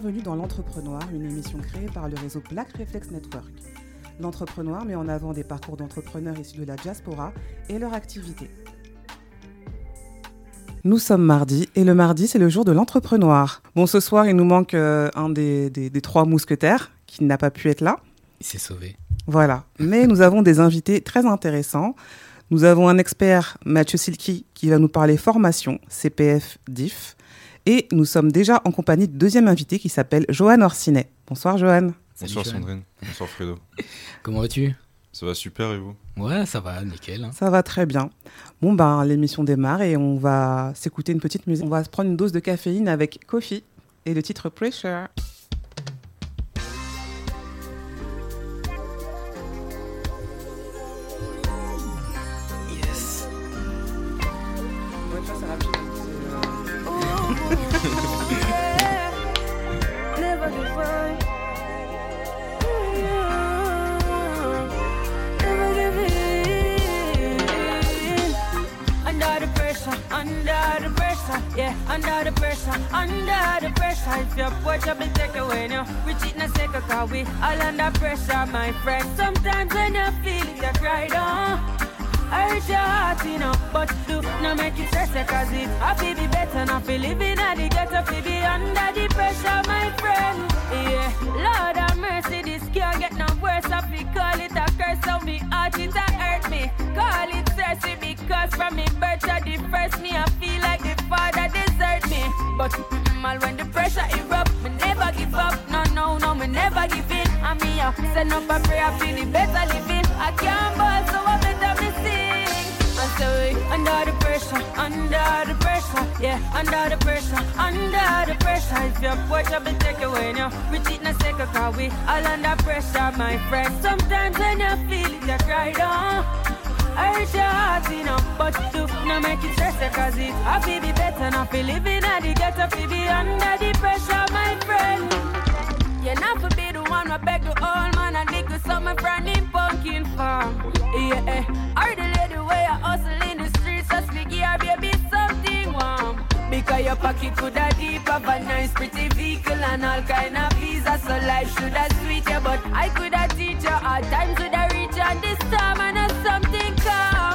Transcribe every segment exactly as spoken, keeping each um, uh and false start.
Bienvenue dans l'Entrepreneur, une émission créée par le réseau Black Reflex Network. L'Entrepreneur met en avant des parcours d'entrepreneurs issus de la diaspora et leur activité. Nous sommes mardi et le mardi, c'est le jour de l'Entrepreneur. Bon, ce soir, il nous manque euh, un des, des, des trois mousquetaires qui n'a pas pu être là. Il s'est sauvé. Voilà, mais nous avons des invités très intéressants. Nous avons un expert, Mathieu Silky, qui va nous parler formation, C P F, D I F. Et nous sommes déjà en compagnie de deuxième invité qui s'appelle Johan Orsinet. Bonsoir Johan. Salut, Bonsoir Johan. Sandrine. Bonsoir Fredo. Comment vas-tu ? Ça va super et vous ? Ouais, ça va, nickel. Hein. Ça va très bien. Bon ben, l'émission démarre et on va s'écouter une petite musique. On va se prendre une dose de caféine avec Kofi et le titre Pressure. Yes. Ouais, ça, c'est rapide. Under the pressure, yeah, under the pressure, under the pressure. If your watch up and take away now, we cheat in a second, cause we all under pressure, my friend. Sometimes when you feel it, you cry down. Hurt your heart, you know, but do not make it stress, cause it happy be better, not feel living at the ghetto, feel be under the pressure, my friend. Yeah, Lord have mercy, this can't get no worse, I feel call it a curse, so me heart it a hurt me. Call it thirsty because from me birth to the first me, I feel like the father desert me. But mm, when the pressure erupt, me never give up, no, no, no, me never give in. I mean, I send up a prayer, I feel it better living. I can't ball, so I better me sing. I say, under the pressure, under the pressure, yeah, under the pressure, under the pressure. If your watch up and take away now, we cheat in a second, cause we all under pressure, my friend. Sometimes when you feel it, you cry down. Hurt your heart, you know, but do not make it stress, cause it happy be better, not feel living at the ghetto, feel be under the pressure, my friend. You're not for be the one who beg the old man and dig with something from him pumpkin farm. Yeah, or the lady way I hustle in the streets, so speak here, baby, something warm. Because your pocket could have deep, have a nice pretty vehicle and all kind of visa, so life should have sweet you, but I could have teach you, hard times would have reach you, and this time I know something come.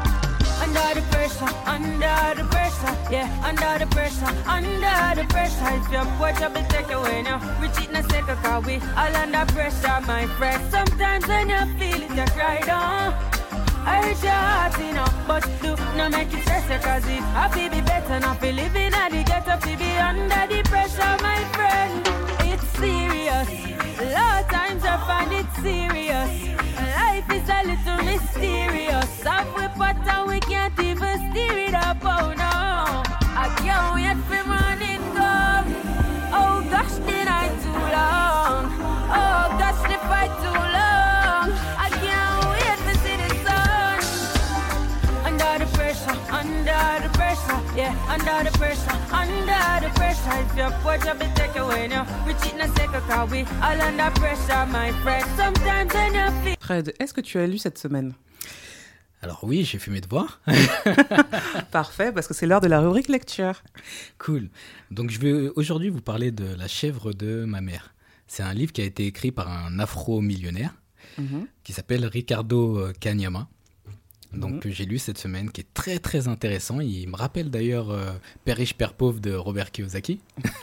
Under the pressure, under the pressure, yeah, under the pressure, under the pressure. If your watch up and take away now, we cheat in a second, cause we all under pressure, my friend. Sometimes when you feel it, you cry down. Hurt your heart, you know, but do not make it stress, cause it happy be better, not feel living at the ghetto, feel be under the pressure, my friend. It's serious, a lot of times I find it serious. Life is a little mysterious. Up we pot and we can't even steer it up, oh no. I can't wait for morning come. Oh gosh, the night too long. Oh gosh, the fight too long. I can't wait to see the sun. Under the pressure, under the pressure, yeah, under the pressure, under the pressure. If your watch up and take away now, we cheat in a second, cause we all under pressure, my friend. Sometimes when you feel. Fred, est-ce que tu as lu cette semaine ? Alors oui, j'ai fait mes devoirs. Parfait, parce que c'est l'heure de la rubrique lecture. Cool. Donc je vais aujourd'hui vous parler de La chèvre de ma mère. C'est un livre qui a été écrit par un afro-millionnaire mm-hmm. qui s'appelle Ricardo Kanyama. Donc mm-hmm. j'ai lu cette semaine, qui est très très intéressant. Il me rappelle d'ailleurs euh, Père riche, Père pauvre de Robert Kiyosaki.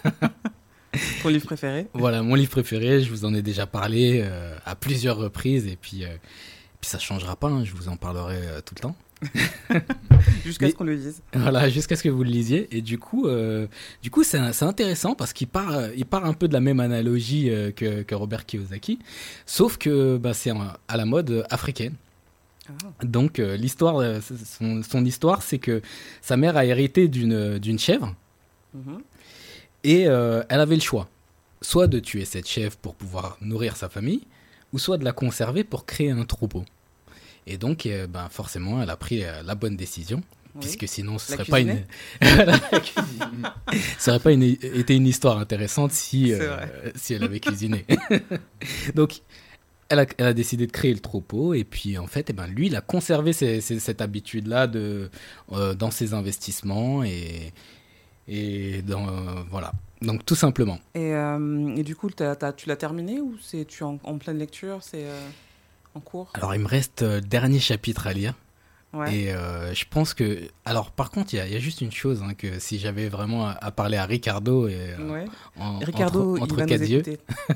Ton livre préféré ? Voilà, mon livre préféré. Je vous en ai déjà parlé euh, à plusieurs reprises et puis... Euh, Puis ça ne changera pas, hein, je vous en parlerai euh, tout le temps. Jusqu'à Mais, ce qu'on le lise. Voilà, jusqu'à ce que vous le lisiez. Et du coup, euh, du coup c'est, c'est intéressant parce qu'il part, il part un peu de la même analogie euh, que, que Robert Kiyosaki, sauf que bah, c'est à la mode africaine. Ah. Donc euh, l'histoire, son, son histoire, c'est que sa mère a hérité d'une, d'une chèvre mm-hmm. et euh, elle avait le choix, soit de tuer cette chèvre pour pouvoir nourrir sa famille, ou soit de la conserver pour créer un troupeau. Et donc, euh, ben, forcément, elle a pris euh, la bonne décision, oui. puisque sinon, ce ne serait pas une... ça n'aurait pas une... été une histoire intéressante si, euh, si elle avait cuisiné. Donc, elle a, elle a décidé de créer le troupeau, et puis, en fait, eh ben, lui, il a conservé ces, ces, cette habitude-là de, euh, dans ses investissements, et, Et dans, euh, voilà, donc tout simplement. Et, euh, et du coup, t'as, t'as, tu l'as terminé ou c'est, tu es en, en pleine lecture, c'est euh, en cours? Alors, il me reste euh, dernier chapitre à lire. Ouais. Et euh, je pense que... Alors, par contre, il y, y a juste une chose, hein, que si j'avais vraiment à, à parler à Ricardo, et, euh, Ouais. en, Ricardo, entre, entre il va quatre nous yeux, écouter.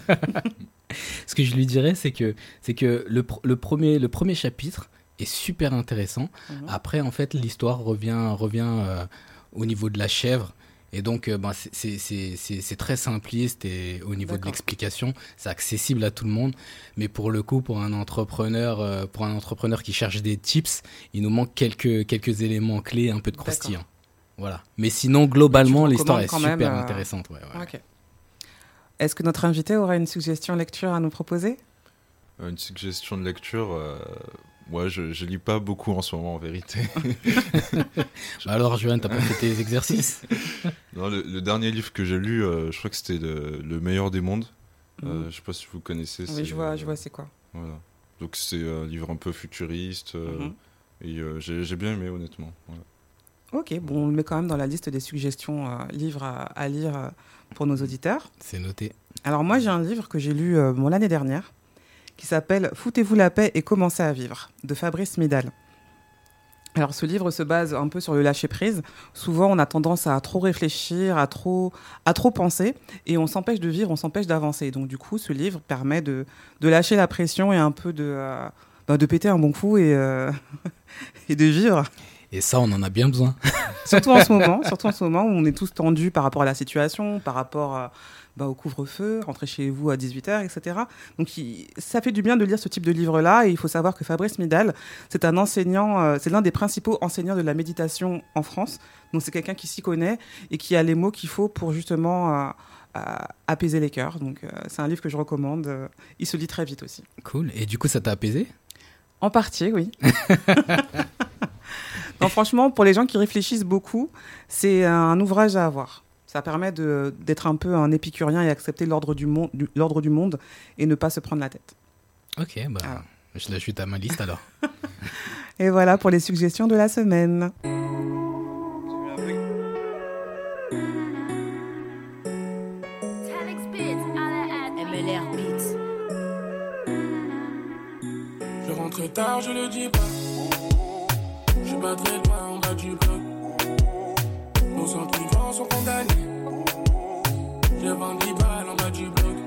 ce que je lui dirais, c'est que, c'est que le, pr- le, premier, le premier chapitre est super intéressant. Mhm. Après, en fait, l'histoire revient, revient euh, au niveau de la chèvre. Et donc, euh, ben, c'est, c'est, c'est, c'est, c'est très simpliste et au niveau D'accord. de l'explication, c'est accessible à tout le monde. Mais pour le coup, pour un entrepreneur, euh, pour un entrepreneur qui cherche des tips, il nous manque quelques, quelques éléments clés, un peu de croustillant. Voilà. Mais sinon, globalement, Mais tu l'histoire est recommandes super quand même, euh, intéressante. Ouais, ouais. Ok. Est-ce que notre invité aura une suggestion lecture à nous proposer? Euh, Une suggestion de lecture, euh, moi je, je lis pas beaucoup en ce moment en vérité. Bah alors, Johan, t'as pas fait tes exercices? Non, le, le dernier livre que j'ai lu, euh, je crois que c'était le, le meilleur des mondes. Euh, Mhm. Je sais pas si vous connaissez. Oui, c'est, je vois, euh, je vois c'est quoi. Voilà. Donc c'est un livre un peu futuriste euh, Mhm. et euh, j'ai, j'ai bien aimé honnêtement. Voilà. Ok, bon, on le met quand même dans la liste des suggestions euh, livres à, à lire euh, pour nos auditeurs. C'est noté. Alors moi, j'ai un livre que j'ai lu euh, bon, l'année dernière qui s'appelle « Foutez-vous la paix et commencez à vivre » de Fabrice Midal. Alors ce livre se base un peu sur le lâcher-prise. Souvent, on a tendance à trop réfléchir, à trop, à trop penser, et on s'empêche de vivre, on s'empêche d'avancer. Donc du coup, ce livre permet de, de lâcher la pression et un peu de, euh, bah, de péter un bon coup et, euh, et de vivre. Et ça, on en a bien besoin. Surtout en ce moment, surtout en ce moment où on est tous tendus par rapport à la situation, par rapport euh, bah, au couvre-feu, rentrer chez vous à dix-huit heures, et cetera. Donc il, ça fait du bien de lire ce type de livre-là. Et il faut savoir que Fabrice Midal, c'est un enseignant, euh, c'est l'un des principaux enseignants de la méditation en France. Donc c'est quelqu'un qui s'y connaît et qui a les mots qu'il faut pour justement euh, euh, apaiser les cœurs. Donc euh, c'est un livre que je recommande. Euh, il se lit très vite aussi. Cool. Et du coup, ça t'a apaisé? En partie, oui. Non, franchement, pour les gens qui réfléchissent beaucoup, c'est un ouvrage à avoir. Ça permet de, d'être un peu un épicurien et accepter l'ordre du, monde, du, l'ordre du monde et ne pas se prendre la tête. Ok, bah, Ah. je l'ajoute à ma liste alors. Et voilà pour les suggestions de la semaine. M L R Beats. Je rentre tard, je le dis pas. Je battrai de main en bas du bloc. Nos sentiments sont condamnés. Je vends dix balles en bas du bloc.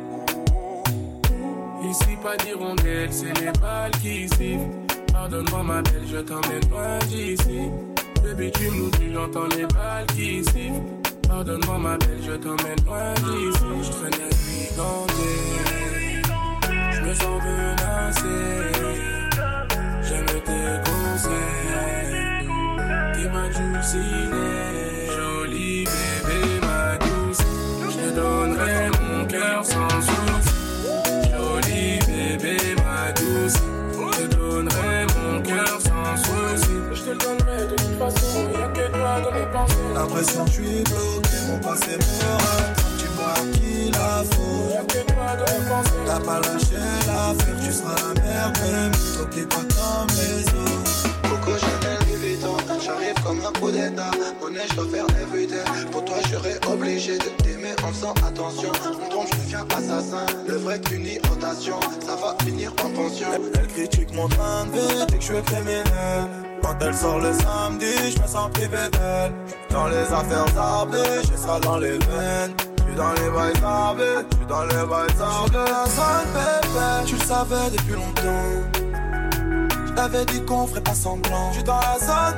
Ici pas d'hirondelle, c'est les balles qui sifflent. Pardonne-moi ma belle, je t'emmène loin d'ici. Baby tu m'oublies, j'entends les balles qui sifflent. Pardonne-moi ma belle, je t'emmène loin d'ici. Je traînais liganté, je me sens menacé. J'aime tes conseils qui m'adoucinaient. Joli bébé, ma douce, je te donnerai mon cœur sans souci. Joli bébé, ma douce, je te donnerai mon cœur sans souci. Je te le donnerai de toute façon, y'a que toi dans mes pensées. L'impression que je suis bloqué, mon passé me rattrape. Tu vois qu'il la faut. Y'a que toi dans mes pensées. T'as pas lâché l'affaire, tu seras la merde même. T'oublie pas comme les autres. Coco Chanel, Louis Vuitton, j'arrive comme un coup d'état. Monnaie, je dois faire everyday. Pour toi, je serais obligé de t'aimer en faisant attention. Je me trompe, je deviens assassin. Le vrai qu'une rotation, ça va finir en pension. Elle critique mon train de vie, dit que je suis criminel. Quand elle sort le samedi, je me sens privé d'elle. Dans les affaires armées, j'ai ça dans les veines. J'suis dans les bails armés, j'suis dans les bails armés. J'suis de la zone, bébé, tu le savais depuis longtemps. J't'avais dit qu'on ferait pas semblant. J'suis dans la zone,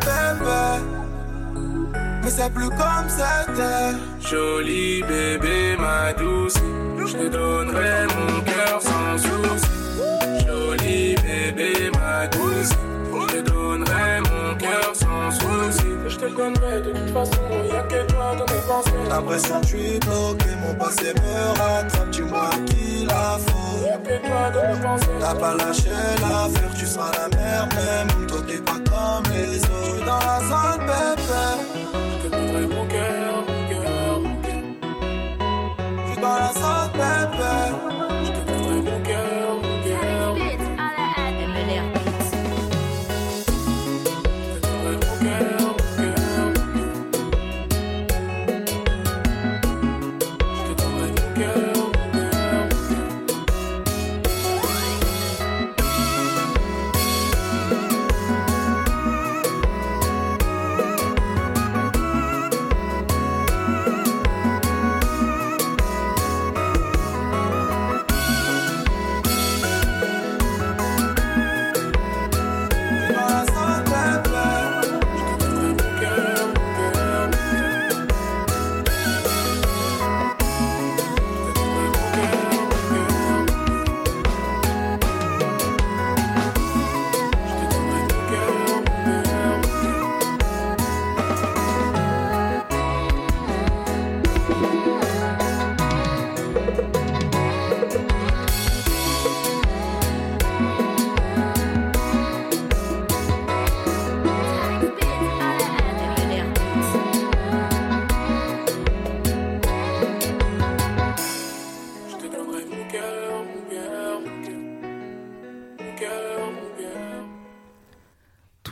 bébé, mais c'est plus comme c'était. Joli bébé, ma douce, je te donnerai mon cœur sans souci. Joli bébé, ma douce, je te donnerai mon cœur sans souci. Je te le donnerai de toute façon, y'a que toi dans mes pensées. L'impression que je suis bloqué, mon passé me rattrape. Tu vois qu'il la faut. Y'a que toi dans mes pensées. T'as pas lâché l'affaire, tu seras la merde même. Toi t'es pas comme les autres. J'suis dans la zone, bébé. Je te donnerai mon cœur, mon cœur, mon cœur. J'suis dans la zone, bébé. Je te donnerai mon cœur, mon cœur. M L R Beats. Je te donnerai mon cœur, mon cœur, mon cœur.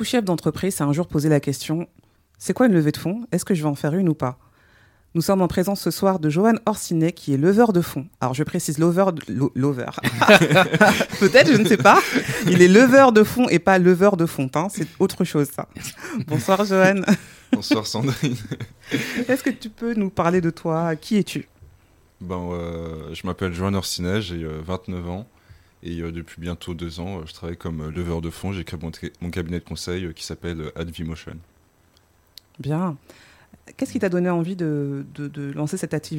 chef d'entreprise s'est un jour posé la question « C'est quoi une levée de fonds ? Est-ce que je vais en faire une ou pas ?» Nous sommes en présence ce soir de Johan Orsinet, qui est leveur de fonds. Alors, je précise leveur de... lo- Lover. Peut-être, je ne sais pas. Il est leveur de fonds et pas leveur de fonte. Hein. C'est autre chose, ça. Bonsoir, Johan. Bonsoir Sandrine. Est-ce que tu peux nous parler de toi ? Qui es-tu ? Ben, euh, je m'appelle Johan Orsinet, j'ai euh, vingt-neuf ans. Et euh, depuis bientôt deux ans, euh, je travaille comme euh, leveur de fonds. J'ai créé mon, t- mon cabinet de conseil euh, qui s'appelle euh, Advimotion. Bien. Qu'est-ce qui t'a donné envie de, de, de lancer cette activité ?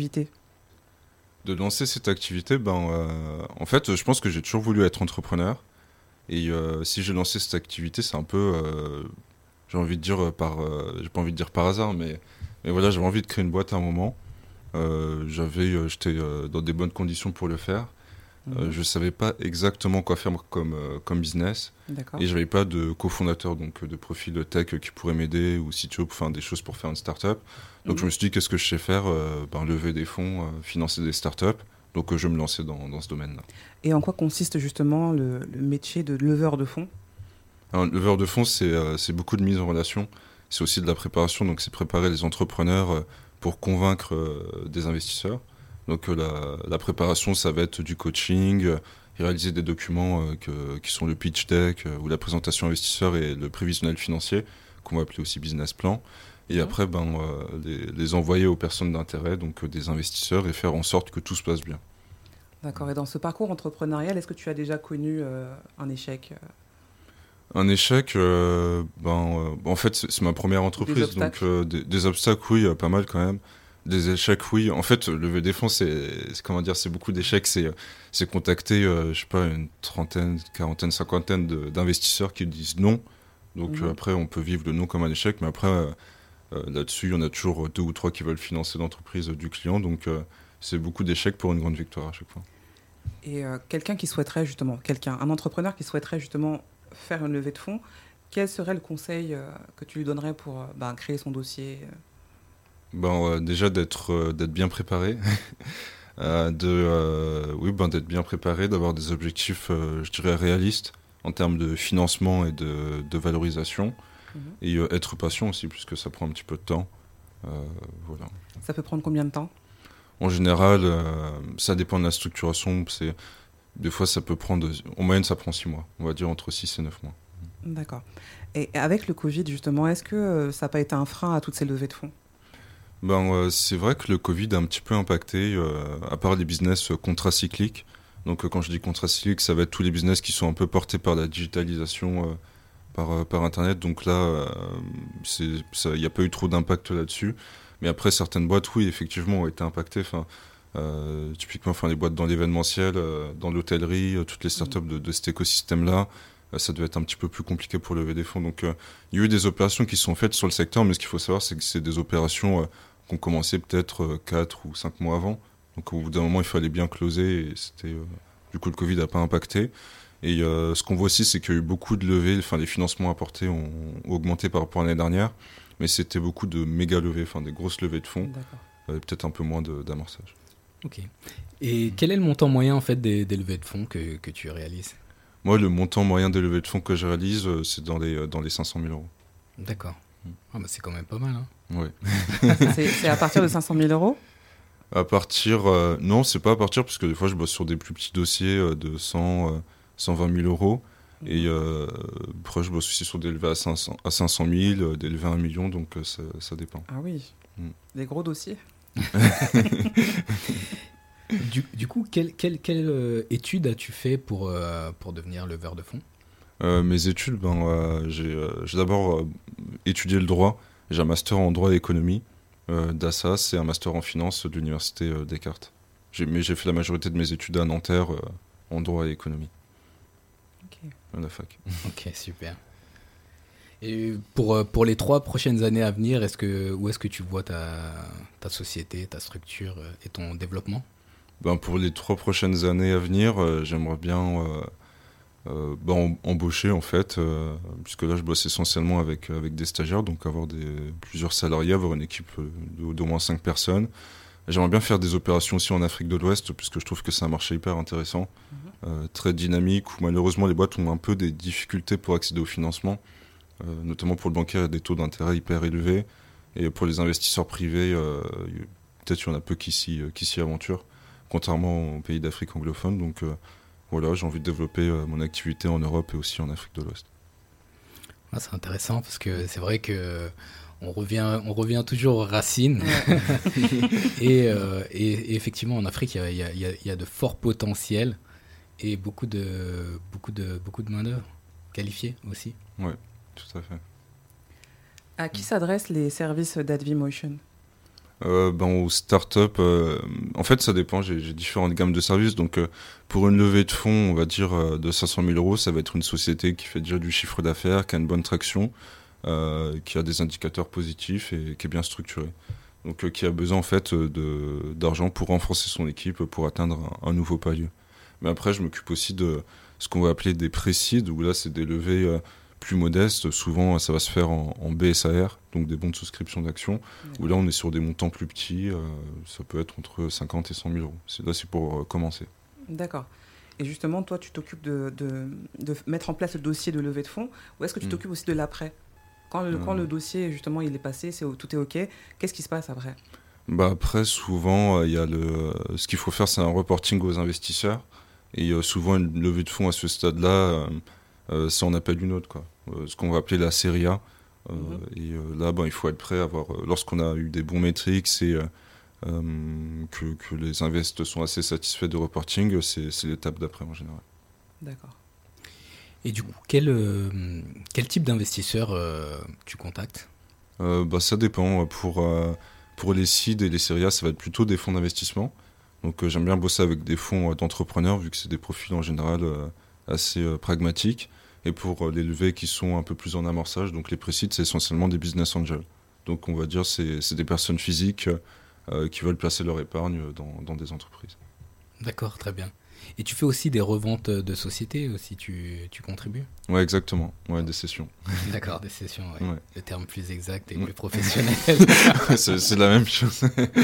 De lancer cette activité, ben, euh, en fait, je pense que j'ai toujours voulu être entrepreneur. Et euh, si j'ai lancé cette activité, c'est un peu, euh, j'ai envie de dire par, euh, j'ai pas envie de dire par hasard, mais, mais voilà, j'avais envie de créer une boîte à un moment. Euh, j'avais, euh, j'étais euh, dans des bonnes conditions pour le faire. Euh, Mhm. je savais pas exactement quoi faire comme, euh, comme business. D'accord. Et j'avais pas de cofondateur, donc euh, de profil de tech euh, qui pourrait m'aider ou si tu veux, enfin, des choses pour faire une start-up. Donc Mhm. je me suis dit, qu'est-ce que je sais faire euh, ben, lever des fonds, euh, financer des start-up. Donc euh, je vais me lancer dans, dans ce domaine-là. Et en quoi consiste justement le, le métier de leveur de fonds ? Alors, le leveur de fonds, c'est euh, c'est beaucoup de mise en relation. C'est aussi de la préparation, donc c'est préparer les entrepreneurs euh, pour convaincre euh, des investisseurs. Donc euh, la, la préparation, ça va être du coaching, euh, réaliser des documents euh, que- qui sont le pitch deck euh, ou la présentation investisseur et le prévisionnel financier, qu'on va appeler aussi business plan. Et Mhm. après, ben, euh, les, les envoyer aux personnes d'intérêt, donc euh, des investisseurs, et faire en sorte que tout se passe bien. D'accord. Et dans ce parcours entrepreneurial, est-ce que tu as déjà connu euh, un échec euh, Un échec, euh, ben, euh, en fait, c'est c'est ma première entreprise, donc obstacles. euh, des, des obstacles, oui, euh, pas mal quand même. Des échecs, oui. En fait, lever des fonds, c'est, c'est- comment dire, c'est beaucoup d'échecs. C'est, euh, c'est contacter, euh, je sais pas, une trentaine, quarantaine, cinquantaine de- d'investisseurs qui disent non. Donc Mhm. euh, après, on peut vivre le non comme un échec, mais après, euh, euh, là-dessus, il y en a toujours deux ou trois qui veulent financer l'entreprise euh, du client. Donc euh, c'est beaucoup d'échecs pour une grande victoire à chaque fois. Et euh, quelqu'un qui souhaiterait justement, quelqu'un, un entrepreneur qui souhaiterait justement faire une levée de fonds, quel serait le conseil euh, que tu lui donnerais pour euh, ben, créer son dossier euh Ben, euh, déjà d'être euh, d'être bien préparé, Euh, de euh, oui ben d'être bien préparé, d'avoir des objectifs, euh, je dirais réalistes en termes de financement et de, de valorisation, Mhm. et euh, être patient aussi puisque ça prend un petit peu de temps. Euh, voilà. Ça peut prendre combien de temps ? En général, euh, ça dépend de la structuration. C'est des fois ça peut prendre, en moyenne ça prend six mois, on va dire entre six et neuf mois. D'accord. Et avec le Covid, justement, est-ce que euh, ça n'a pas été un frein à toutes ces levées de fonds ? Ben, euh, c'est vrai que le Covid a un petit peu impacté, euh, à part les business euh, contracycliques. Donc, euh, quand je dis contracyclique, ça va être tous les business qui sont un peu portés par la digitalisation, euh, par, euh, par Internet. Donc là, euh, c'est- ça- il n'y a pas eu trop d'impact là-dessus. Mais après, certaines boîtes, oui, effectivement, ont été impactées. Enfin, euh, typiquement, enfin, les boîtes dans l'événementiel, euh, dans l'hôtellerie, euh, toutes les startups de, de cet écosystème-là, euh, ça devait être un petit peu plus compliqué pour lever des fonds. Donc, euh, il y a eu des opérations qui sont faites sur le secteur, mais ce qu'il faut savoir, c'est que c'est des opérations... euh, qu'on commençait peut-être quatre ou cinq mois avant. Donc au bout d'un moment, il fallait bien closer et c'était, euh, du coup, le Covid n'a pas impacté. Et euh, ce qu'on voit aussi, c'est qu'il y a eu beaucoup de levées, enfin les financements apportés ont, ont augmenté par rapport à l'année dernière, mais c'était beaucoup de méga levées, enfin des grosses levées de fonds, D'accord. euh, peut-être un peu moins de, d'amorçage. Ok. Et quel est le montant moyen en fait des, des levées de fonds que, que tu réalises ? Moi, le montant moyen des levées de fonds que je réalise, euh, c'est dans les, euh, dans les cinq cent mille euros. D'accord. Ah bah c'est quand même pas mal. Hein. Ouais. C'est c'est à partir de cinq cent mille euros ? À partir, euh, non, c'est pas à partir, parce que des fois, je bosse sur des plus petits dossiers euh, de cent, euh, cent vingt mille euros. Et euh, après, je bosse aussi sur des levées à cinq cents, à cinq cent mille, euh, des levées à un million, donc euh, ça, ça dépend. Ah oui, Mm. des gros dossiers. Du, du coup, quelle, quelle, quelle euh, étude as-tu fait pour, euh, pour devenir leveur de fonds ? Euh, mes études, ben, euh, j'ai, euh, j'ai d'abord euh, étudié le droit. J'ai un master en droit et économie euh, d'Assas et un master en finance de l'université euh, Descartes. J'ai, mais j'ai fait la majorité de mes études à Nanterre euh, en droit et économie, Ok. à la fac. Ok, super. Et pour, euh, pour les trois prochaines années à venir, est-ce que, où est-ce que tu vois ta, ta société, ta structure euh, et ton développement ? Ben, pour les trois prochaines années à venir, euh, j'aimerais bien euh, euh, ben, em- embaucher en fait, euh, puisque là je bosse essentiellement avec, avec des stagiaires, donc avoir des, plusieurs salariés, avoir une équipe euh, d'au, d'au moins cinq personnes. J'aimerais bien faire des opérations aussi en Afrique de l'Ouest, puisque je trouve que c'est un marché hyper intéressant, euh, très dynamique, où malheureusement les boîtes ont un peu des difficultés pour accéder au financement. Euh, notamment pour le bancaire, il y a des taux d'intérêt hyper élevés. Et pour les investisseurs privés, euh, peut-être qu'il y en a peu qui s'y, qui s'y aventurent, contrairement aux pays d'Afrique anglophone. Donc euh, voilà, j'ai envie de développer euh, mon activité en Europe et aussi en Afrique de l'Ouest. Ah, c'est intéressant parce que c'est vrai que on revient, on revient toujours aux racines. et, euh, et, et effectivement, en Afrique, il y a, y, a, y a de forts potentiels et beaucoup de, beaucoup de, beaucoup de main-d'œuvre qualifiée aussi. Oui, tout à fait. À qui s'adressent les services d'Advimotion ? Euh, ben, aux startups, euh, en fait, ça dépend. J'ai, j'ai différentes gammes de services. Donc, euh, pour une levée de fonds, on va dire euh, de cinq cent mille euros, ça va être une société qui fait déjà du chiffre d'affaires, qui a une bonne traction, euh, qui a des indicateurs positifs et qui est bien structurée. Donc, euh, qui a besoin en fait de, d'argent pour renforcer son équipe pour atteindre un, un nouveau palier. Mais après, je m'occupe aussi de ce qu'on va appeler des pré-seed, où là, c'est des levées euh, plus modestes. Souvent, ça va se faire en, en B S A R, donc des bons de souscription d'actions, mmh. où là, on est sur des montants plus petits. Euh, ça peut être entre cinquante et cent mille euros. C'est, là, c'est pour euh, commencer. D'accord. Et justement, toi, tu t'occupes de, de, de mettre en place le dossier de levée de fonds, ou est-ce que tu mmh. t'occupes aussi de l'après ? Quand le, mmh. quand le dossier, justement, il est passé, c'est, tout est OK, qu'est-ce qui se passe après ? Bah après, souvent, il euh, y a le, ce qu'il faut faire, c'est un reporting aux investisseurs. Et euh, souvent, une levée de fonds à ce stade-là, euh, euh, c'est on appelle une autre, quoi. Euh, ce qu'on va appeler la série A. Euh, mmh. Et euh, là, ben, il faut être prêt à avoir, euh, lorsqu'on a eu des bons métriques et euh, euh, que, que les investisseurs sont assez satisfaits de reporting, c'est, c'est l'étape d'après en général. D'accord. Et du coup, quel, euh, quel type d'investisseur euh, tu contactes ? euh, bah, Ça dépend. Pour, euh, pour les seed et les séries A, ça va être plutôt des fonds d'investissement. Donc euh, j'aime bien bosser avec des fonds euh, d'entrepreneurs, vu que c'est des profils en général euh, assez euh, pragmatiques. Et pour euh, les levées qui sont un peu plus en amorçage, donc les pré-seed, c'est essentiellement des business angels. Donc on va dire c'est c'est des personnes physiques euh, qui veulent placer leur épargne dans, dans des entreprises. D'accord, très bien. Et tu fais aussi des reventes de sociétés aussi, tu, tu contribues ? Ouais, exactement. Ouais, des sessions. D'accord, des sessions, ouais. Ouais. Le terme plus exact et ouais. plus professionnel. c'est, c'est la même chose.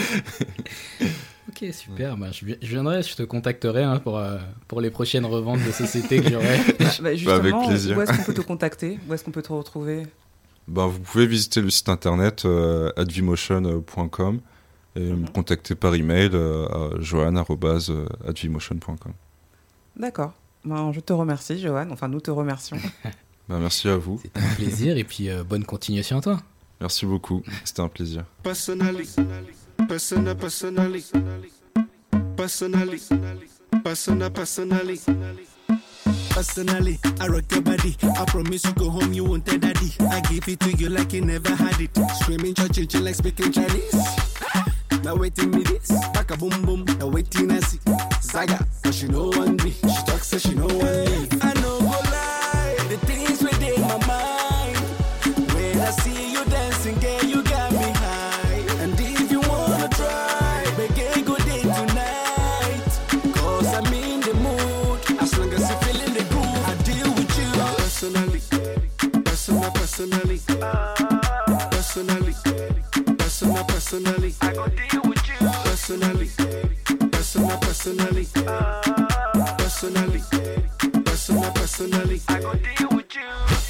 Ok, super. Bah, je viendrai, je te contacterai hein, pour, euh, pour les prochaines reventes de sociétés que j'aurai. Bah, justement, bah, avec plaisir. Où est-ce qu'on peut te contacter ? Où est-ce qu'on peut te retrouver ? Bah, vous pouvez visiter le site internet euh, advimotion point com et mm-hmm. me contacter par email euh, à johan arobase advimotion point com. D'accord. Ben, je te remercie, Johan. Enfin, nous te remercions. bah, merci à vous. C'était un plaisir et puis euh, bonne continuation à toi. Merci beaucoup. C'était un plaisir. Personally, persona, personally, personally, persona, personally. Personally, I rock your body. I promise you go home, you won't tell daddy. I give it to you like you never had it. Screaming, cha-ching, like speaking Chinese. Now waiting me this, back a boom boom. Now waiting I see Zaga, but she know one me. She talks so she know one me. I know go lie, the things within my mind. When I see you dancing, girl, you got me high. And if you wanna try, make a good day tonight. Cause I'm in the mood, as long as you're feeling the groove, I deal with you. Personally, personal, personally, personally, personal, personally. I go deal with you. Personally, personal, personally, personally, personal, personally. I go deal with you.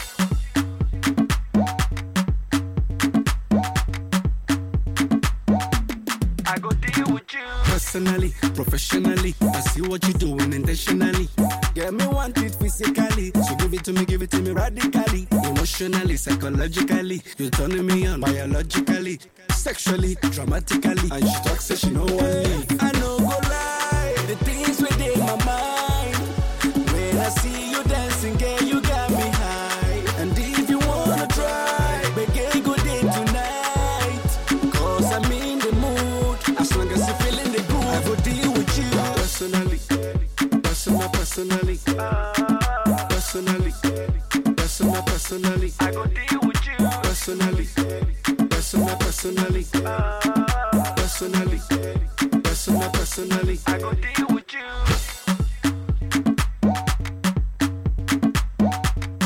I go deal with you. Personally, professionally, I see what you're doing intentionally. Get me want it physically, so give it to me, give it to me radically. Emotionally, psychologically, you're turning me on biologically, sexually, dramatically. And she talks, say she know what me. I know go lie, the things within my mind. When I see you dancing, girl, you got me high. And if you wanna try, make a good day tonight. Cause I'm in the mood, as long as you're feeling the groove, I go deal with you. Personally, personal, personally, personally, personal, personally, I go deal with you. Personally, personal, personally, personally, personal, personally, I go deal with you.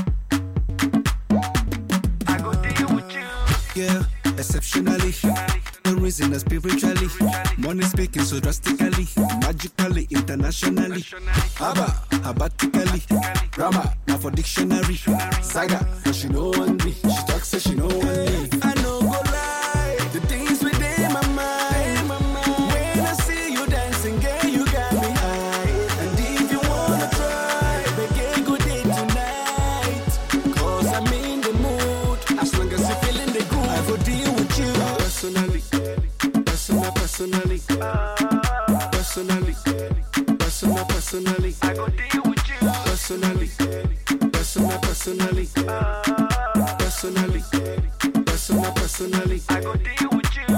I go deal with you. Yeah, exceptionally. The reason is spiritually. Money speaking so drastically, magically, internationally. Abba, abatically. Grammar, now for dictionary. Saga, cause she know one me. She talks so she know one me. I know go lie, the things within my mind. When I see you dancing, girl, you got me high. And if you wanna try, make a good day tonight. Cause I'm in the mood, as long as you're feeling the groove, I go deal with you. Personally, personal, personally. Personally, personal, personally. I go deal with you. Personally, personal, personally. Personally, personal, personally. I go deal with you.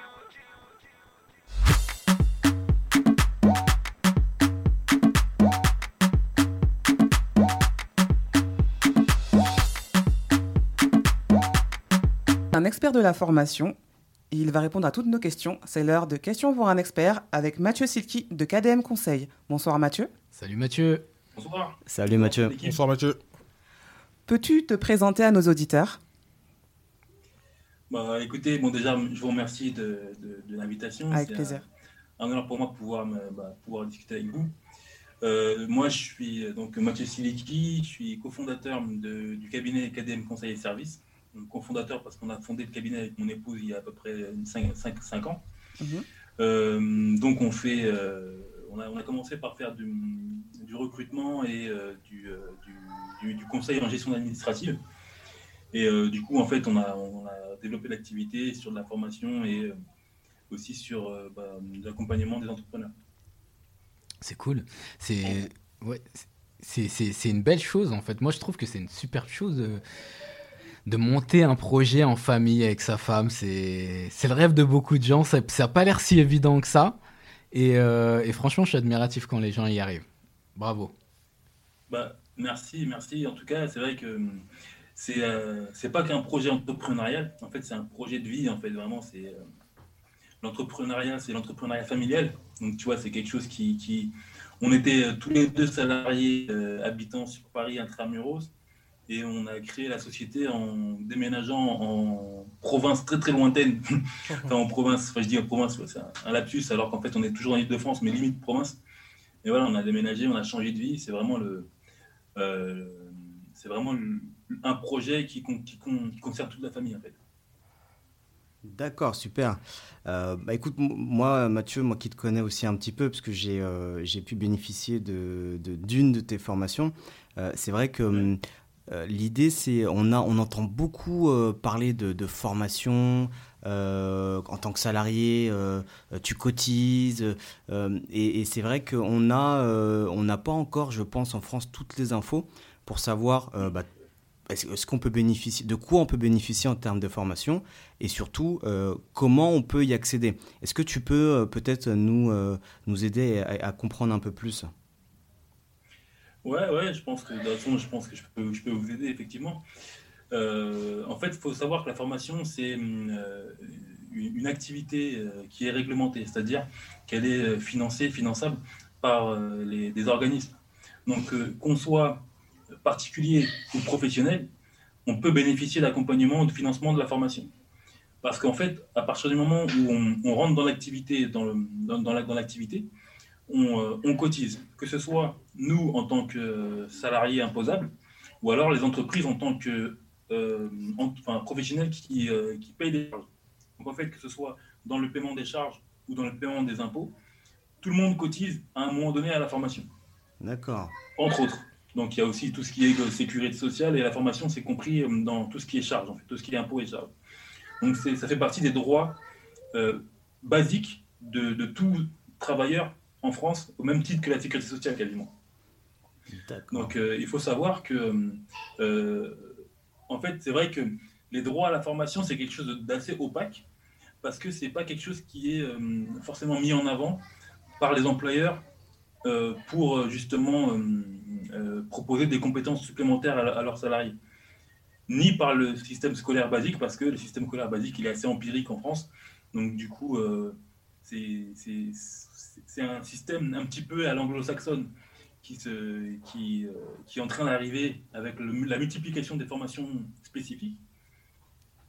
Un expert de la formation. Il va répondre à toutes nos questions. C'est l'heure de questions pour un expert avec Mathieu Silky de K D M Conseil. Bonsoir Mathieu. Salut Mathieu. Bonsoir. Salut Mathieu. Bonsoir Mathieu. Peux-tu te présenter à nos auditeurs ? Bah, écoutez, bon, déjà, je vous remercie de, de, de l'invitation. Avec C'est plaisir. Un, un honneur pour moi de pouvoir, me, bah, pouvoir discuter avec vous. Euh, moi, je suis donc Mathieu Silky, je suis cofondateur de, du cabinet K D M Conseil et Services. Donc, cofondateur parce qu'on a fondé le cabinet avec mon épouse il y a à peu près cinq ans. Mhm. Euh, donc, on, fait, euh, on, a, on a commencé par faire du, du recrutement et euh, du, euh, du, du, du conseil en gestion administrative. Et euh, du coup, en fait, on a, on a développé l'activité sur de la formation et euh, aussi sur euh, bah, l'accompagnement des entrepreneurs. C'est cool. C'est ouais, c'est c'est c'est une belle chose en fait. Moi, je trouve que c'est une super chose de, de monter un projet en famille avec sa femme. C'est c'est le rêve de beaucoup de gens. Ça ça a pas l'air si évident que ça. Et, euh, et franchement, je suis admiratif quand les gens y arrivent. Bravo. Bah, merci, merci. En tout cas, c'est vrai que c'est euh, c'est pas qu'un projet entrepreneurial. En fait, c'est un projet de vie. En fait, vraiment, c'est euh, l'entrepreneuriat, c'est l'entrepreneuriat familial. Donc, tu vois, c'est quelque chose qui, qui... On était euh, tous les deux salariés euh, habitant sur Paris intramuros et on a créé la société en déménageant en province très très lointaine. Enfin, en province, enfin, je dis en province, ouais, c'est un, un lapsus, alors qu'en fait, on est toujours en Île-de-France, mais limite province. Et voilà, on a déménagé, on a changé de vie. C'est vraiment le... Euh, c'est vraiment le, un projet qui, qui, qui concerne toute la famille, en fait. D'accord, super. Euh, bah écoute, m- moi, Mathieu, moi qui te connais aussi un petit peu, parce que j'ai euh, j'ai pu bénéficier de, de, d'une de tes formations, euh, c'est vrai que Ouais. euh, l'idée, c'est, on, a, on entend beaucoup euh, parler de, de formation, euh, en tant que salarié, euh, tu cotises, euh, et, et c'est vrai qu'on a, euh, on n'a pas encore, je pense, en France, toutes les infos pour savoir euh, bah, est-ce, est-ce qu'on peut bénéficier, de quoi on peut bénéficier en termes de formation, et surtout euh, comment on peut y accéder. Est-ce que tu peux euh, peut-être nous, euh, nous aider à, à comprendre un peu plus ? Ouais, ouais, je pense que, de toute façon, je pense que je peux, je peux vous aider, effectivement. Euh, en fait, il faut savoir que la formation, c'est euh, une, une activité euh, qui est réglementée, c'est-à-dire qu'elle est euh, financée, finançable par euh, les, des organismes. Donc, euh, qu'on soit particulier ou professionnel, on peut bénéficier d'accompagnement ou de financement de la formation. Parce qu'en fait, à partir du moment où on, on rentre dans l'activité, dans, le, dans, dans, la, dans l'activité, on, euh, on cotise, que ce soit nous en tant que salariés imposables, ou alors les entreprises en tant que euh, en, enfin, professionnels qui, euh, qui payent des charges. Donc en fait, que ce soit dans le paiement des charges ou dans le paiement des impôts, tout le monde cotise à un moment donné à la formation. D'accord. Entre autres. Donc il y a aussi tout ce qui est sécurité sociale et la formation, c'est compris dans tout ce qui est charges, en fait, tout ce qui est impôts et charges. Donc c'est, ça fait partie des droits euh, basiques de, de tout travailleur en France, au même titre que la sécurité sociale quasiment. D'accord. Donc euh, il faut savoir que, euh, en fait, c'est vrai que les droits à la formation, c'est quelque chose d'assez opaque, parce que c'est pas quelque chose qui est euh, forcément mis en avant par les employeurs euh, pour justement euh, euh, proposer des compétences supplémentaires à, à leurs salariés. Ni par le système scolaire basique, parce que le système scolaire basique, il est assez empirique en France. Donc du coup, euh, c'est, c'est, c'est un système un petit peu à l'anglo-saxonne qui, se, qui, euh, qui est en train d'arriver avec le, la multiplication des formations spécifiques.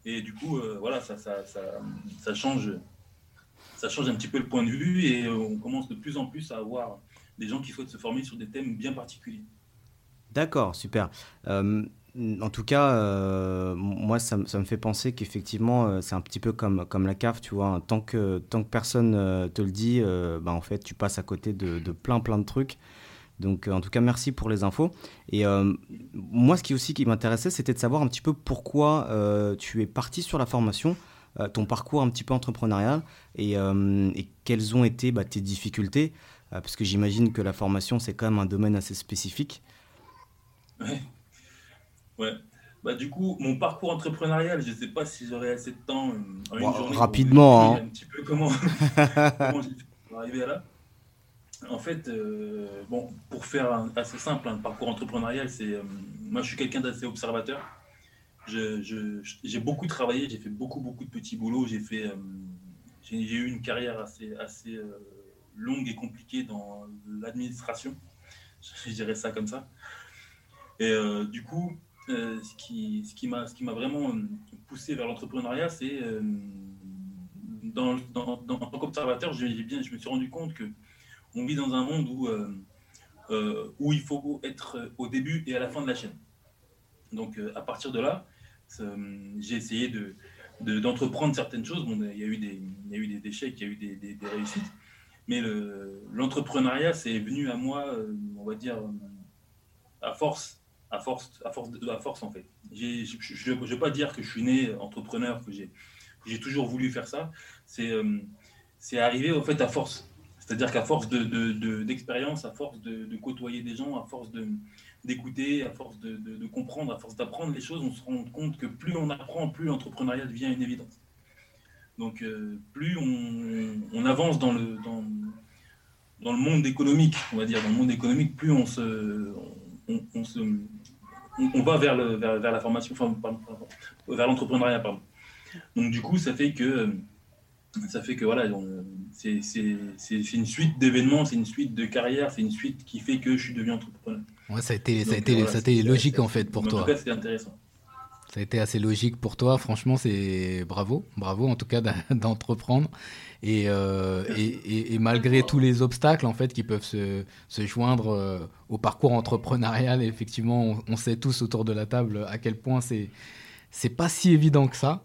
Et du coup, euh, voilà, ça, ça, ça, ça, change, ça change un petit peu le point de vue et on commence de plus en plus à avoir des gens qui souhaitent se former sur des thèmes bien particuliers. D'accord, super. Euh, en tout cas, euh, moi, ça, me- ça me fait penser qu'effectivement, euh, c'est un petit peu comme, comme la C A F, tu vois. Hein. Tant que, tant que personne euh, te le dit, euh, bah, en fait, tu passes à côté de, de plein, plein de trucs. Donc, euh, en tout cas, merci pour les infos. Et euh, moi, ce qui aussi qui m'intéressait, c'était de savoir un petit peu pourquoi euh, tu es parti sur la formation, euh, ton parcours un petit peu entrepreneurial, et, euh, et quelles ont été bah, tes difficultés, euh, parce que j'imagine que la formation, c'est quand même un domaine assez spécifique. Ouais. Ouais. Bah, du coup, mon parcours entrepreneurial, je ne sais pas si j'aurai assez de temps euh, en une Bon, journée pour vous rapidement, expliquer hein. un petit peu comment, comment j'ai fait pour arriver à là. En fait, euh, bon, pour faire un- assez simple, un parcours entrepreneurial, c'est euh, moi je suis quelqu'un d'assez observateur. Je, je- j'ai beaucoup travaillé, j'ai fait beaucoup beaucoup de petits boulots. J'ai fait, euh, j'ai, j'ai eu une carrière assez assez euh, longue et compliquée dans l'administration. Je dirais ça comme ça. Et euh, du coup, euh, ce qui ce qui m'a ce qui m'a vraiment euh, poussé vers l'entrepreneuriat, c'est euh, dans, dans, dans- en tant qu'observateur, j'ai j'ai bien, je me suis rendu compte que on vit dans un monde où, euh, euh, où il faut être au début et à la fin de la chaîne. Donc euh, à partir de là, euh, j'ai essayé de, de- d'entreprendre certaines choses. Bon, il y a eu des, il y a eu des échecs, il y a eu des, des- des réussites, mais le- l'entrepreneuriat, c'est venu à moi, euh, on va dire, euh, à force, à force, à force, de- à force en fait. J'ai- Je ne vais pas dire que je suis né entrepreneur, que j'ai, que j'ai toujours voulu faire ça. C'est euh, c'est arrivé en fait à force. C'est-à-dire qu'à force de, de- de- d'expérience, à force de, de côtoyer des gens, à force de, d'écouter, à force de, de- de comprendre, à force d'apprendre les choses, on se rend compte que plus on apprend, plus l'entrepreneuriat devient une évidence. Donc euh, plus on, on avance dans le, dans, dans le monde économique, on va dire, dans le monde économique, plus on se, on, on se, on, on va vers, le, vers, vers la formation, enfin, pardon, pardon, vers l'entrepreneuriat, pardon. Donc du coup, ça fait que, ça fait que voilà, on- c'est, c'est, c'est, c'est une suite d'événements, c'est une suite de carrières, c'est une suite qui fait que je suis devenu entrepreneur. Ouais, ça a été, ça a Donc, été, voilà, ça a été c'est- logique c'est- en fait pour mais en toi. tout cas, c'était intéressant. Ça a été assez logique pour toi. Franchement, c'est bravo, bravo en tout cas d'a- d'entreprendre. Et, euh, et, et- et malgré tous les obstacles en fait qui peuvent se, se joindre euh, au parcours entrepreneurial, effectivement, on, on sait tous autour de la table à quel point c'est c'est pas si évident que ça.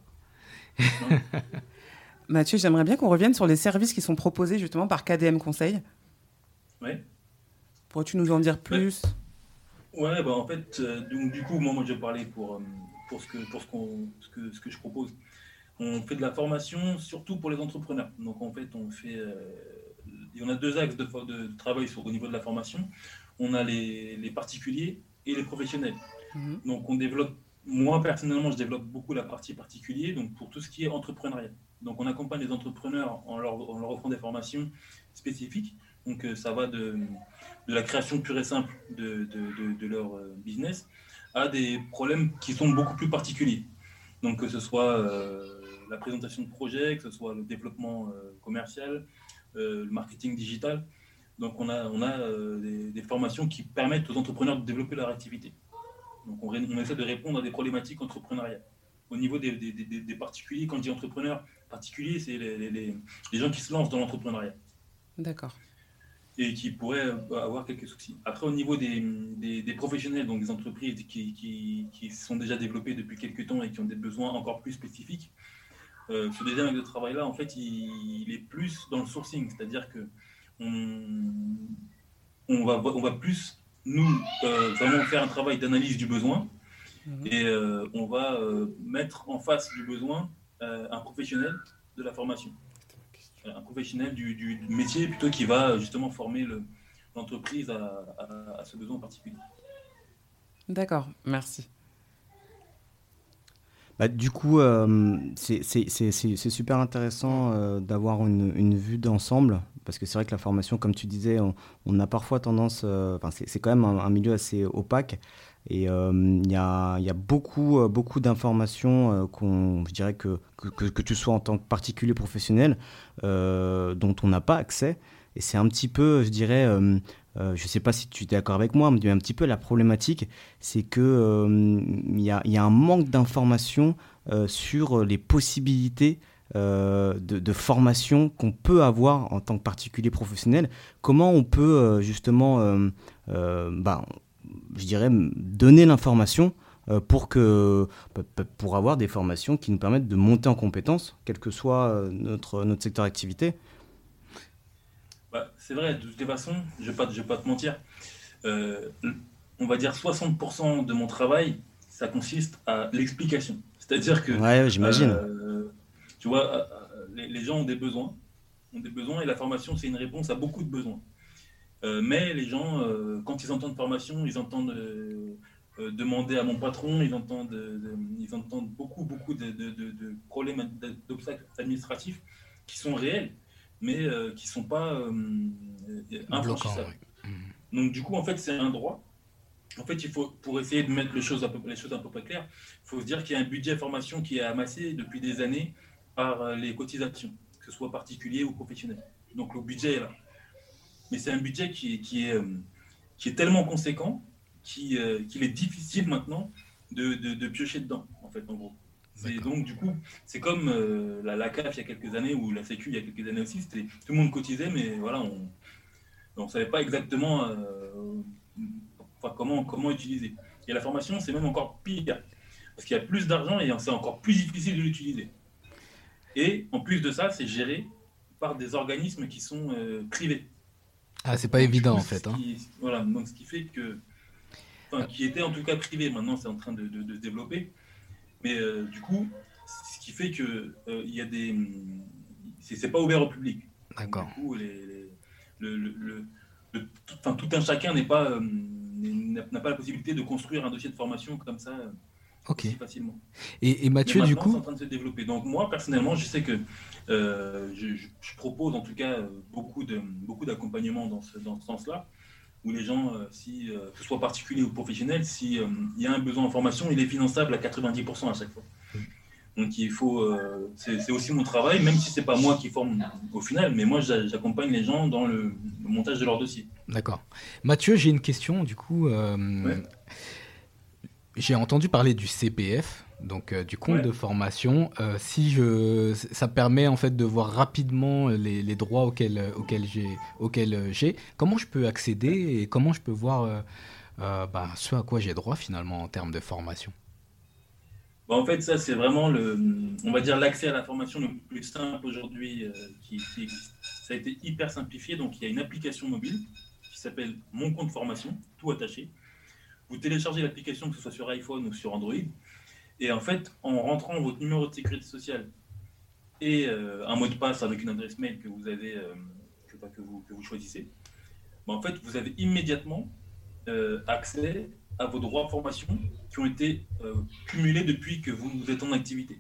Mathieu, j'aimerais bien qu'on revienne sur les services qui sont proposés justement par K D M Conseil. Ouais. Pourrais-tu nous en dire plus? Ouais, bah en fait, euh, donc, du coup, moi, moi je parlais pour, euh, pour, ce que, pour ce, qu'on, ce, que, ce que je propose. On fait de la formation surtout pour les entrepreneurs. Donc en fait, on fait, euh, et on a deux axes de, de travail sur, au niveau de la formation. On a les, les particuliers et les professionnels. Mhm. Donc on développe, moi personnellement, je développe beaucoup la partie particulier, donc pour tout ce qui est entrepreneuriat. Donc on accompagne les entrepreneurs en leur, en leur offrant des formations spécifiques. Donc euh, ça va de, de la création pure et simple de, de, de, de leur euh, business à des problèmes qui sont beaucoup plus particuliers. Donc que ce soit euh, la présentation de projets, que ce soit le développement euh, commercial, euh, le marketing digital. Donc on a, on a euh, des, des formations qui permettent aux entrepreneurs de développer leur activité. Donc on, on essaie de répondre à des problématiques entrepreneuriales. Au niveau des, des, des, des particuliers, quand je dis entrepreneurs particuliers, c'est les, les, les, les gens qui se lancent dans l'entrepreneuriat. D'accord. Et qui pourraient avoir quelques soucis. Après, au niveau des, des, des professionnels, donc des entreprises qui, qui, qui sont déjà développées depuis quelques temps et qui ont des besoins encore plus spécifiques, euh, ce deuxième acte de travail-là, en fait, il, il est plus dans le sourcing, c'est-à-dire que on, on, va, on va plus, nous, euh, vraiment faire un travail d'analyse du besoin Mhm. et euh, on va euh, mettre en face du besoin euh, un professionnel de la formation. Un professionnel du, du, du métier plutôt qui va justement former le, l'entreprise à, à, à ce besoin particulier. D'accord, merci. Bah, du coup, euh, c'est, c'est, c'est, c'est, c'est super intéressant euh, d'avoir une, une vue d'ensemble, parce que c'est vrai que la formation, comme tu disais, on, on a parfois tendance, euh, enfin, c'est, c'est quand même un, un milieu assez opaque, et il euh, y, a, y a beaucoup, euh, beaucoup d'informations euh, qu'on, je dirais que, que, que, que tu sois en tant que particulier professionnel, euh, dont on n'a pas accès, et c'est un petit peu, je dirais... Euh, Euh, je ne sais pas si tu es d'accord avec moi, mais un petit peu la problématique, c'est qu'il euh, y, a, y a un manque d'informations euh, sur les possibilités euh, de, de formation qu'on peut avoir en tant que particulier professionnel. Comment on peut euh, justement, euh, euh, bah, je dirais, donner l'information euh, pour, que, pour avoir des formations qui nous permettent de monter en compétences, quel que soit notre, notre secteur d'activité. Bah, c'est vrai, de toute façon, je ne vais, vais pas te mentir, euh, on va dire soixante pour cent de mon travail, ça consiste à l'explication. C'est-à-dire que, ouais, j'imagine. Euh, tu vois, euh, les, les gens ont des besoins, ont des besoins et la formation, c'est une réponse à beaucoup de besoins. Euh, mais les gens, euh, quand ils entendent formation, ils entendent euh, euh, demander à mon patron, ils entendent, euh, de, ils entendent beaucoup, beaucoup de, de, de, de problèmes, d'obstacles administratifs qui sont réels, mais euh, qui ne sont pas euh, infranchissables. Ouais. Donc du coup, en fait, c'est un droit. En fait, il faut, pour essayer de mettre les choses un peu, les choses un peu plus claires, il faut se dire qu'il y a un budget formation qui est amassé depuis des années par les cotisations, que ce soit particulier ou professionnel. Donc le budget est là. Mais c'est un budget qui est, qui est, qui est tellement conséquent qu'il, euh, qu'il est difficile maintenant de, de, de piocher dedans, en fait, en gros. C'est, donc du coup, c'est comme euh, la, la C A F il y a quelques années, ou la Sécu il y a quelques années aussi, c'était, tout le monde cotisait, mais voilà, on ne savait pas exactement euh, enfin, comment, comment utiliser. Et la formation, c'est même encore pire, parce qu'il y a plus d'argent et c'est encore plus difficile de l'utiliser. Et en plus de ça, c'est géré par des organismes qui sont euh, privés. Ah, c'est pas donc, évident coup, en fait. Hein. Qui, voilà, donc ce qui fait que, enfin, ah. qui était en tout cas privé, maintenant c'est en train de, de, de se développer. Mais euh, du coup, ce qui fait que euh, il y a des, c'est, c'est pas ouvert au public. D'accord. Donc, du coup, les, les, le, le, le, le tout, enfin, tout un chacun n'est pas, euh, n'a, n'a pas la possibilité de construire un dossier de formation comme ça. Euh, Okay. aussi facilement. Et, et Mathieu, du coup, c'est en train de se développer. Donc moi, personnellement, je sais que euh, je, je, je propose en tout cas beaucoup de beaucoup d'accompagnement dans ce dans ce sens-là, où les gens, euh, si euh, que ce soit particulier ou professionnel, si euh, il y a un besoin en formation, il est finançable à quatre-vingt-dix pour cent à chaque fois. Donc il faut, euh, c'est, c'est aussi mon travail, même si c'est pas moi qui forme au final, mais moi j'accompagne les gens dans le, le montage de leur dossier. D'accord. Mathieu, j'ai une question du coup. Euh, ouais. J'ai entendu parler du C P F, donc euh, du compte ouais. de formation. Euh, si je, ça permet en fait de voir rapidement les, les droits auxquels, auxquels, j'ai, auxquels j'ai. Comment je peux accéder et comment je peux voir euh, euh, bah, ce à quoi j'ai droit finalement en termes de formation? Bah, en fait, ça c'est vraiment le, on va dire l'accès à la formation le plus simple aujourd'hui euh, qui, qui existe. Ça a été hyper simplifié, donc il y a une application mobile qui s'appelle Mon compte formation, tout attaché. Vous téléchargez l'application, que ce soit sur iPhone ou sur Android, et en fait, en rentrant votre numéro de sécurité sociale et euh, un mot de passe avec une adresse mail que vous avez, euh, que, que, vous, que vous choisissez, bah, en fait, vous avez immédiatement euh, accès à vos droits de formation qui ont été euh, cumulés depuis que vous, vous êtes en activité.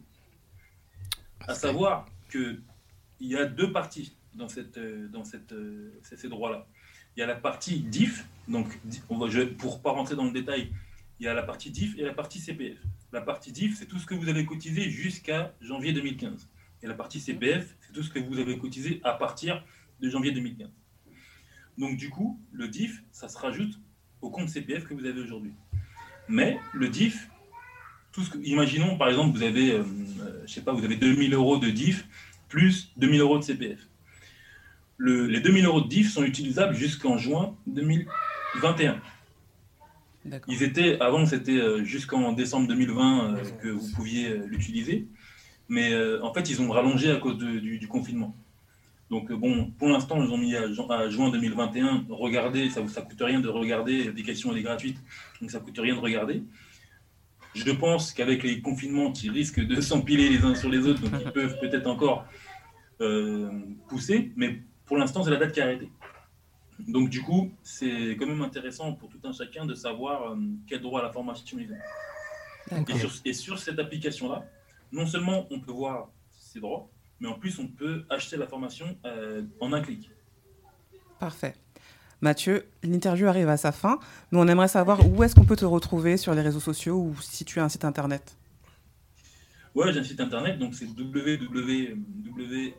À savoir qu'il y a deux parties dans, cette, dans cette, euh, ces droits-là. Il y a la partie D I F, donc on va, je, pour ne pas rentrer dans le détail, il y a la partie D I F et la partie C P F. La partie D I F, c'est tout ce que vous avez cotisé jusqu'à janvier deux mille quinze. Et la partie C P F, c'est tout ce que vous avez cotisé à partir de janvier deux mille quinze. Donc du coup, le D I F, ça se rajoute au compte C P F que vous avez aujourd'hui. Mais le D I F, tout ce que, imaginons par exemple, vous avez, euh, je sais pas, vous avez deux mille euros de D I F plus deux mille euros de C P F. Le, les deux mille euros de D I F sont utilisables jusqu'en juin deux mille vingt et un. D'accord. Ils étaient, avant, c'était jusqu'en décembre deux mille vingt euh, que vous pouviez euh, l'utiliser. Mais euh, en fait, ils ont rallongé à cause de, du, du confinement. Donc, euh, bon, pour l'instant, ils ont mis à, à juin deux mille vingt et un. Regardez, ça ne coûte rien de regarder. L'application, elle est gratuite, donc ça ne coûte rien de regarder. Je pense qu'avec les confinements qui risquent de s'empiler les uns sur les autres, donc ils peuvent peut-être encore euh, pousser, mais pour l'instant, c'est la date qui est arrêtée. Donc, du coup, c'est quand même intéressant pour tout un chacun de savoir euh, quel droit à la formation ils ont. Et sur, et sur cette application-là, non seulement on peut voir ses droits, mais en plus, on peut acheter la formation euh, en un clic. Parfait. Mathieu, l'interview arrive à sa fin, mais on aimerait savoir où est-ce qu'on peut te retrouver sur les réseaux sociaux ou si tu as un site internet. Ouais, j'ai un site internet, donc c'est w w w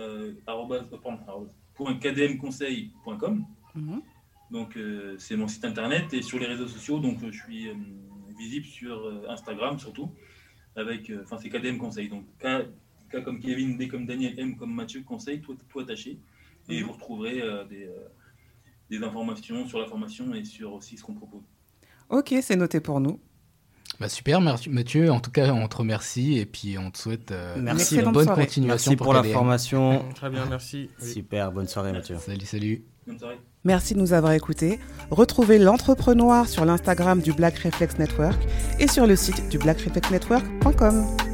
point k d m conseil point com. Mm-hmm. Donc euh, c'est mon site internet et sur les réseaux sociaux, donc je suis euh, visible sur euh, Instagram surtout, avec, enfin euh, c'est K D M conseil, donc K, K comme Kevin, D comme Daniel, M comme Mathieu conseil, tout, tout attaché, et mm-hmm. vous retrouverez euh, des, euh, des informations sur la formation et sur aussi ce qu'on propose. Ok, c'est noté pour nous. Bah super, merci Mathieu. En tout cas, on te remercie et puis on te souhaite euh, merci. une bonne soirée. continuation merci pour, pour la K D M. formation. Très bien, merci. Super, bonne soirée Mathieu. Salut, salut. Bonne soirée. Merci de nous avoir écoutés. Retrouvez l'Entrepreneur sur l'Instagram du Black Reflex Network et sur le site du black reflex network point com.